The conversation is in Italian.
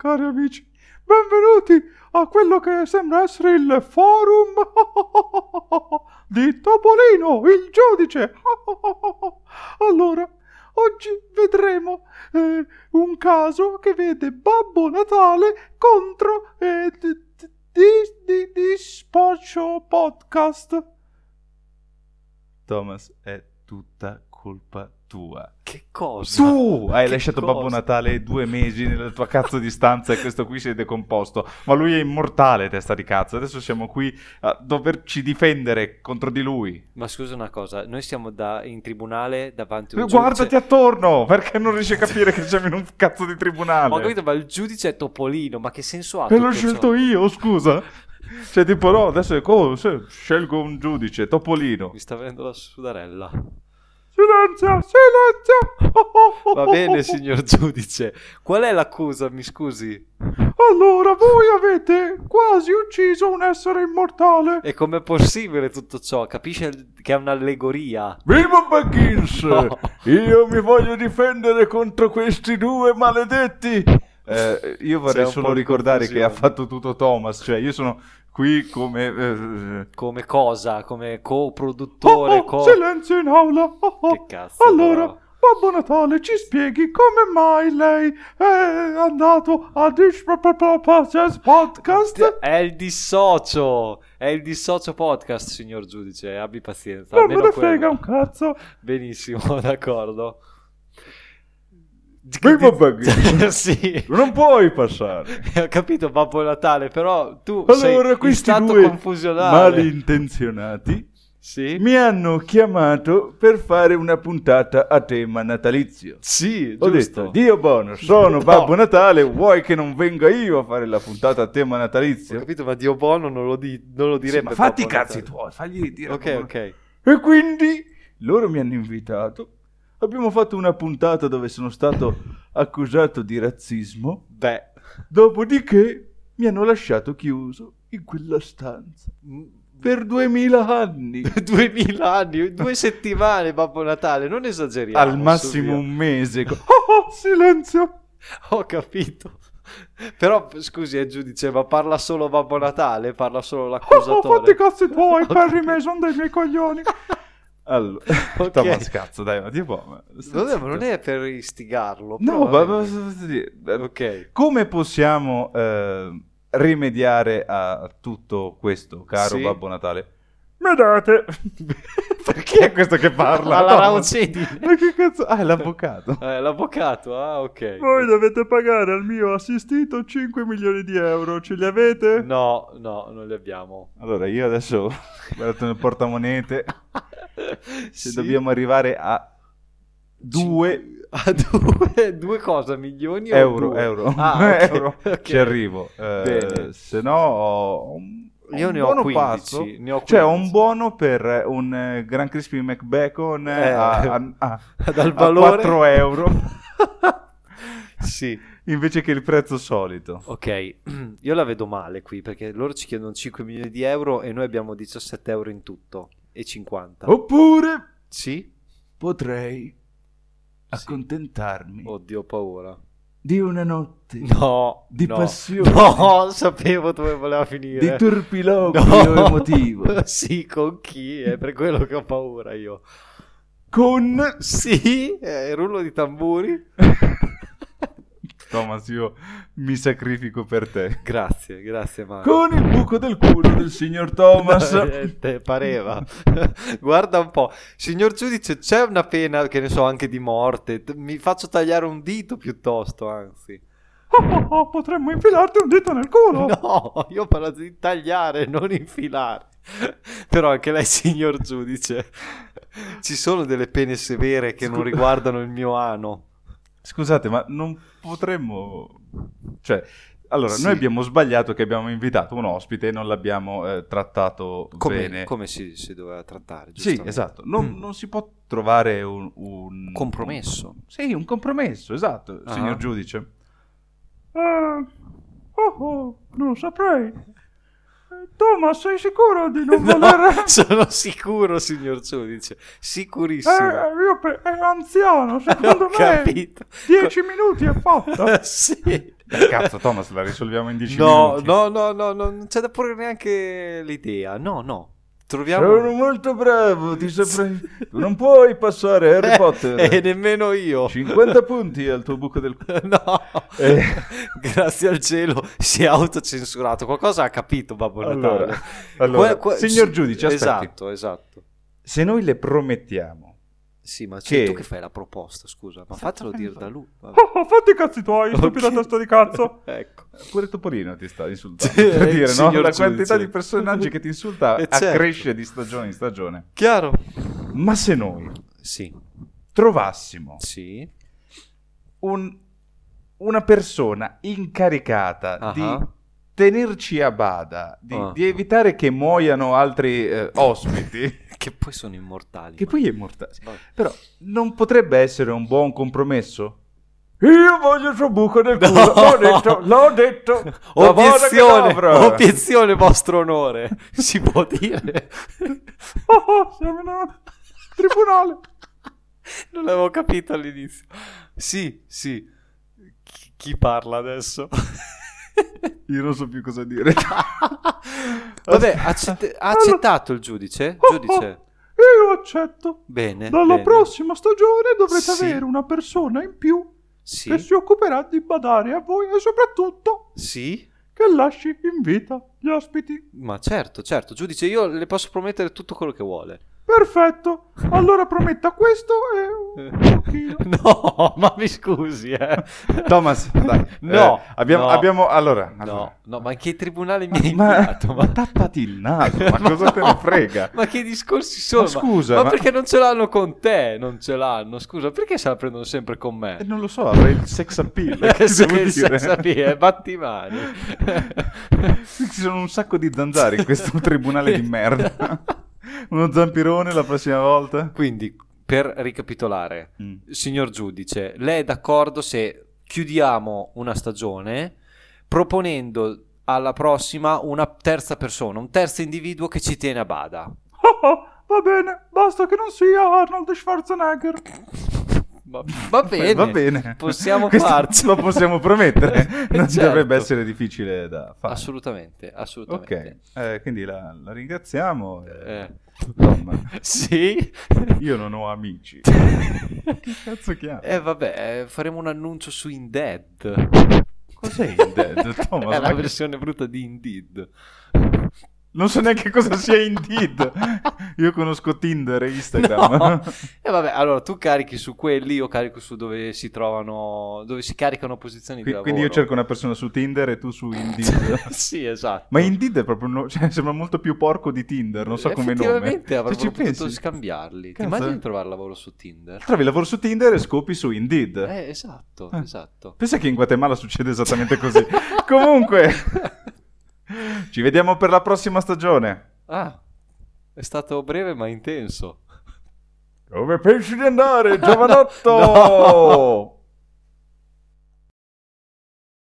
cari amici, benvenuti a quello che sembra essere il forum di Topolino, il giudice. Allora, oggi vedremo un caso che vede Babbo Natale contro di Spoccio Podcast. Thomas, è tutta colpa tua. Che cosa? Tu hai Che lasciato cosa? Babbo Natale 2 mesi nella tua cazzo di stanza e questo qui si è decomposto. Ma lui è immortale, testa di cazzo. Adesso siamo qui a doverci difendere contro di lui. Ma scusa una cosa, noi siamo in tribunale davanti a un Guardati giudice. attorno, perché non riesci a capire che siamo in un cazzo di tribunale? Ma ho capito, ma il giudice è Topolino, ma che senso ha E l'ho tutto scelto ciò? io, scusa. Cioè tipo no, adesso scelgo un giudice, Topolino. Mi sta venendo la sudarella. Silenzio, silenzio. Va bene, signor giudice. Qual è l'accusa, mi scusi? Allora, voi avete quasi ucciso un essere immortale. E com'è possibile tutto ciò? Capisce che è un'allegoria? Viva Buggins! No. Io mi voglio difendere contro questi due maledetti. Io vorrei C'è un solo po' di ricordare che ha confusione. fatto tutto Thomas, cioè io sono qui come... Come cosa? Come coproduttore? silenzio in aula. Che cazzo, Allora, però. Babbo Natale, ci spieghi come mai lei è andato a Dish Podcast? È il dissocio! È il dissocio podcast, signor giudice. Abbi pazienza. Non me almeno ne frega quello. un cazzo. Benissimo, d'accordo. Viva Buggins! Sì, Non puoi passare. ho capito, Babbo Natale, però tu Allora, sei in questi stato due confusionale. malintenzionati Sì? mi hanno chiamato per fare una puntata a tema natalizio. Sì, Ho giusto. detto, Dio buono, sono No. Babbo Natale, vuoi che non venga io a fare la puntata a tema Ho natalizio? capito, ma Dio buono non lo Sì, direbbe ma fatti i Babbo cazzi Natale. tuoi, fagli dire. Ok, Babbo ok. E quindi loro mi hanno invitato. Abbiamo fatto una puntata dove sono stato accusato di razzismo. Beh, Dopodiché mi hanno lasciato chiuso in quella stanza per 2000 anni. 2000 anni, 2 settimane, Babbo Natale, non esageriamo. Al massimo su un mese. Oh, silenzio. via. Ho capito. Però, scusi, giudice, ma parla solo Babbo Natale? Parla solo l'accusatore? Fatti i cazzi tuoi, Ho Perry capito. Mason dei miei coglioni. Allora, Ok. Thomas, cazzo, dai, ma tipo... Vabbè, ma non è per istigarlo. No, però ma... Ok. Come possiamo rimediare a tutto questo, caro Sì. Babbo Natale? Mi date... Perché è questo che parla? Alla Thomas? Raucedine. Ma che cazzo? Ah, è l'avvocato. L'avvocato, ok. Voi dovete pagare al mio assistito 5 milioni di euro, ce li avete? No, non li abbiamo. Allora, io adesso guardate nel portamonete, se Sì. dobbiamo arrivare a 2 A due cosa? Milioni o euro, due? euro, Ah, ok, euro, ok. ci arrivo. Bene. Se no ho un Io ne ho buono 15, passo. ne ho Cioè ho 15. un buono per un Gran Crispy McBacon Dal a valore 4 euro Sì. invece che il prezzo solito. Ok, io la vedo male qui perché loro ci chiedono 5 milioni di euro e noi abbiamo 17 euro in tutto e 50. Oppure Sì? potrei accontentarmi Oddio, ho paura. di una notte No, di no. passione, No, sapevo dove voleva finire. di turpiloquio No. emotivo Sì, con chi? È per quello che ho paura io. con Sì, rullo di tamburi. Thomas, io mi sacrifico per te. Grazie Mario. Con il buco del culo del signor Thomas. Te pareva. Guarda un po', signor giudice, c'è una pena, che ne so, anche di morte. Mi faccio tagliare un dito piuttosto, anzi. Potremmo infilarti un dito nel culo. No, io parlo di tagliare, non infilare. Però anche lei, signor giudice, ci sono delle pene severe che non riguardano il mio ano. Scusate, ma non potremmo... Cioè, allora, Sì. noi abbiamo sbagliato che abbiamo invitato un ospite e non l'abbiamo trattato bene. Come si doveva trattare? Sì, giustamente? esatto. Non si può trovare un... Compromesso. Sì, un compromesso, esatto, Ah. signor giudice. Non saprei. Thomas, sei sicuro di non No, voler... sono sicuro, signor giudice, sicurissimo. È anziano, secondo Ho me. capito. 10 minuti è fatta. Sì. Cazzo, Thomas, la risolviamo in 10 No, minuti. no, non c'è da porre neanche l'idea. No. Troviamo... Sono molto bravo, ti saprei... Tu non puoi passare Harry Potter. E nemmeno io. 50 punti al tuo buco del culo. No, grazie al cielo si è autocensurato. Qualcosa ha capito Babbo Natale. Allora, signor giudice, aspetti. Esatto. Se noi le promettiamo... Sì, ma Che- tu che fai la proposta, scusa, ma fatelo dire da lui. Vabbè. Fatti i cazzi tuoi, stupida testa di cazzo. Ecco. Pure Topolino ti sta insultando. Sì, Per dire, no? signor La quantità giudice. di personaggi che ti insulta certo. accresce di stagione in stagione. Chiaro? Ma se noi Sì. trovassimo Sì. una persona incaricata Ah. di tenerci a bada, Ah. di evitare che muoiano altri ospiti, Che poi sono immortali. che poi è mortale, Vabbè. però non potrebbe essere un buon compromesso? Io voglio il suo buco nel culo, l'ho detto. Obiezione, vostro onore. Si può dire? Siamo in tribunale. Non l'avevo capito all'inizio. Sì. Chi parla adesso? Io non so più cosa dire. Vabbè, ha accettato il giudice? Giudice. Io accetto. Bene. Dalla bene. prossima stagione dovrete Sì. avere una persona in più Sì. che si occuperà di badare a voi e soprattutto Sì. che lasci in vita gli ospiti. Ma certo, giudice, io le posso promettere tutto quello che vuole. Perfetto. Allora prometta questo e un pochino. No, ma mi scusi, Thomas, dai. No, abbiamo allora. No, ma in che tribunale mi hai Ma inviato? Ma... tappati il naso, ma cosa te ne frega? Ma che discorsi sono? Ma scusa, ma ma- perché non ce l'hanno con te? Non ce l'hanno, scusa, perché se la prendono sempre con me? Non lo so, avrei il sex appeal. Che Che se devo che dire? sapere, batti mani. Ci sono un sacco di zanzare in questo tribunale di merda. Uno zampirone la prossima volta. Quindi, per ricapitolare, Mm. signor giudice, lei è d'accordo se chiudiamo una stagione proponendo alla prossima una terza persona, un terzo individuo che ci tiene a bada? Va bene, basta che non sia Arnold Schwarzenegger. Va bene, Va bene. possiamo Questo farci. Lo possiamo promettere. Non Certo. dovrebbe essere difficile da fare. Assolutamente. Ok, quindi la ringraziamo. Tom. Sì? Io non ho amici. Che cazzo chiami? Vabbè, faremo un annuncio su Indeed. Cos'è Indeed, Thomas? È la Ma- versione brutta di Indeed. Non so neanche cosa sia Indeed. Io conosco Tinder e Instagram. No. E vabbè, allora tu carichi su quelli, io carico su dove si trovano, dove si caricano posizioni di lavoro. Quindi io cerco una persona su Tinder e tu su Indeed. Sì, esatto. Ma Indeed è proprio cioè, sembra molto più porco di Tinder, non so come nome. Effettivamente avremmo Se ci potuto pensi. scambiarli. Ti Cazzo. immagini di trovare lavoro su Tinder? Trovi lavoro su Tinder e scopi su Indeed. Esatto. Pensa che in Guatemala succede esattamente così. Comunque, ci vediamo per la prossima stagione. Ah, è stato breve ma intenso. Dove pensi di andare, giovanotto? No.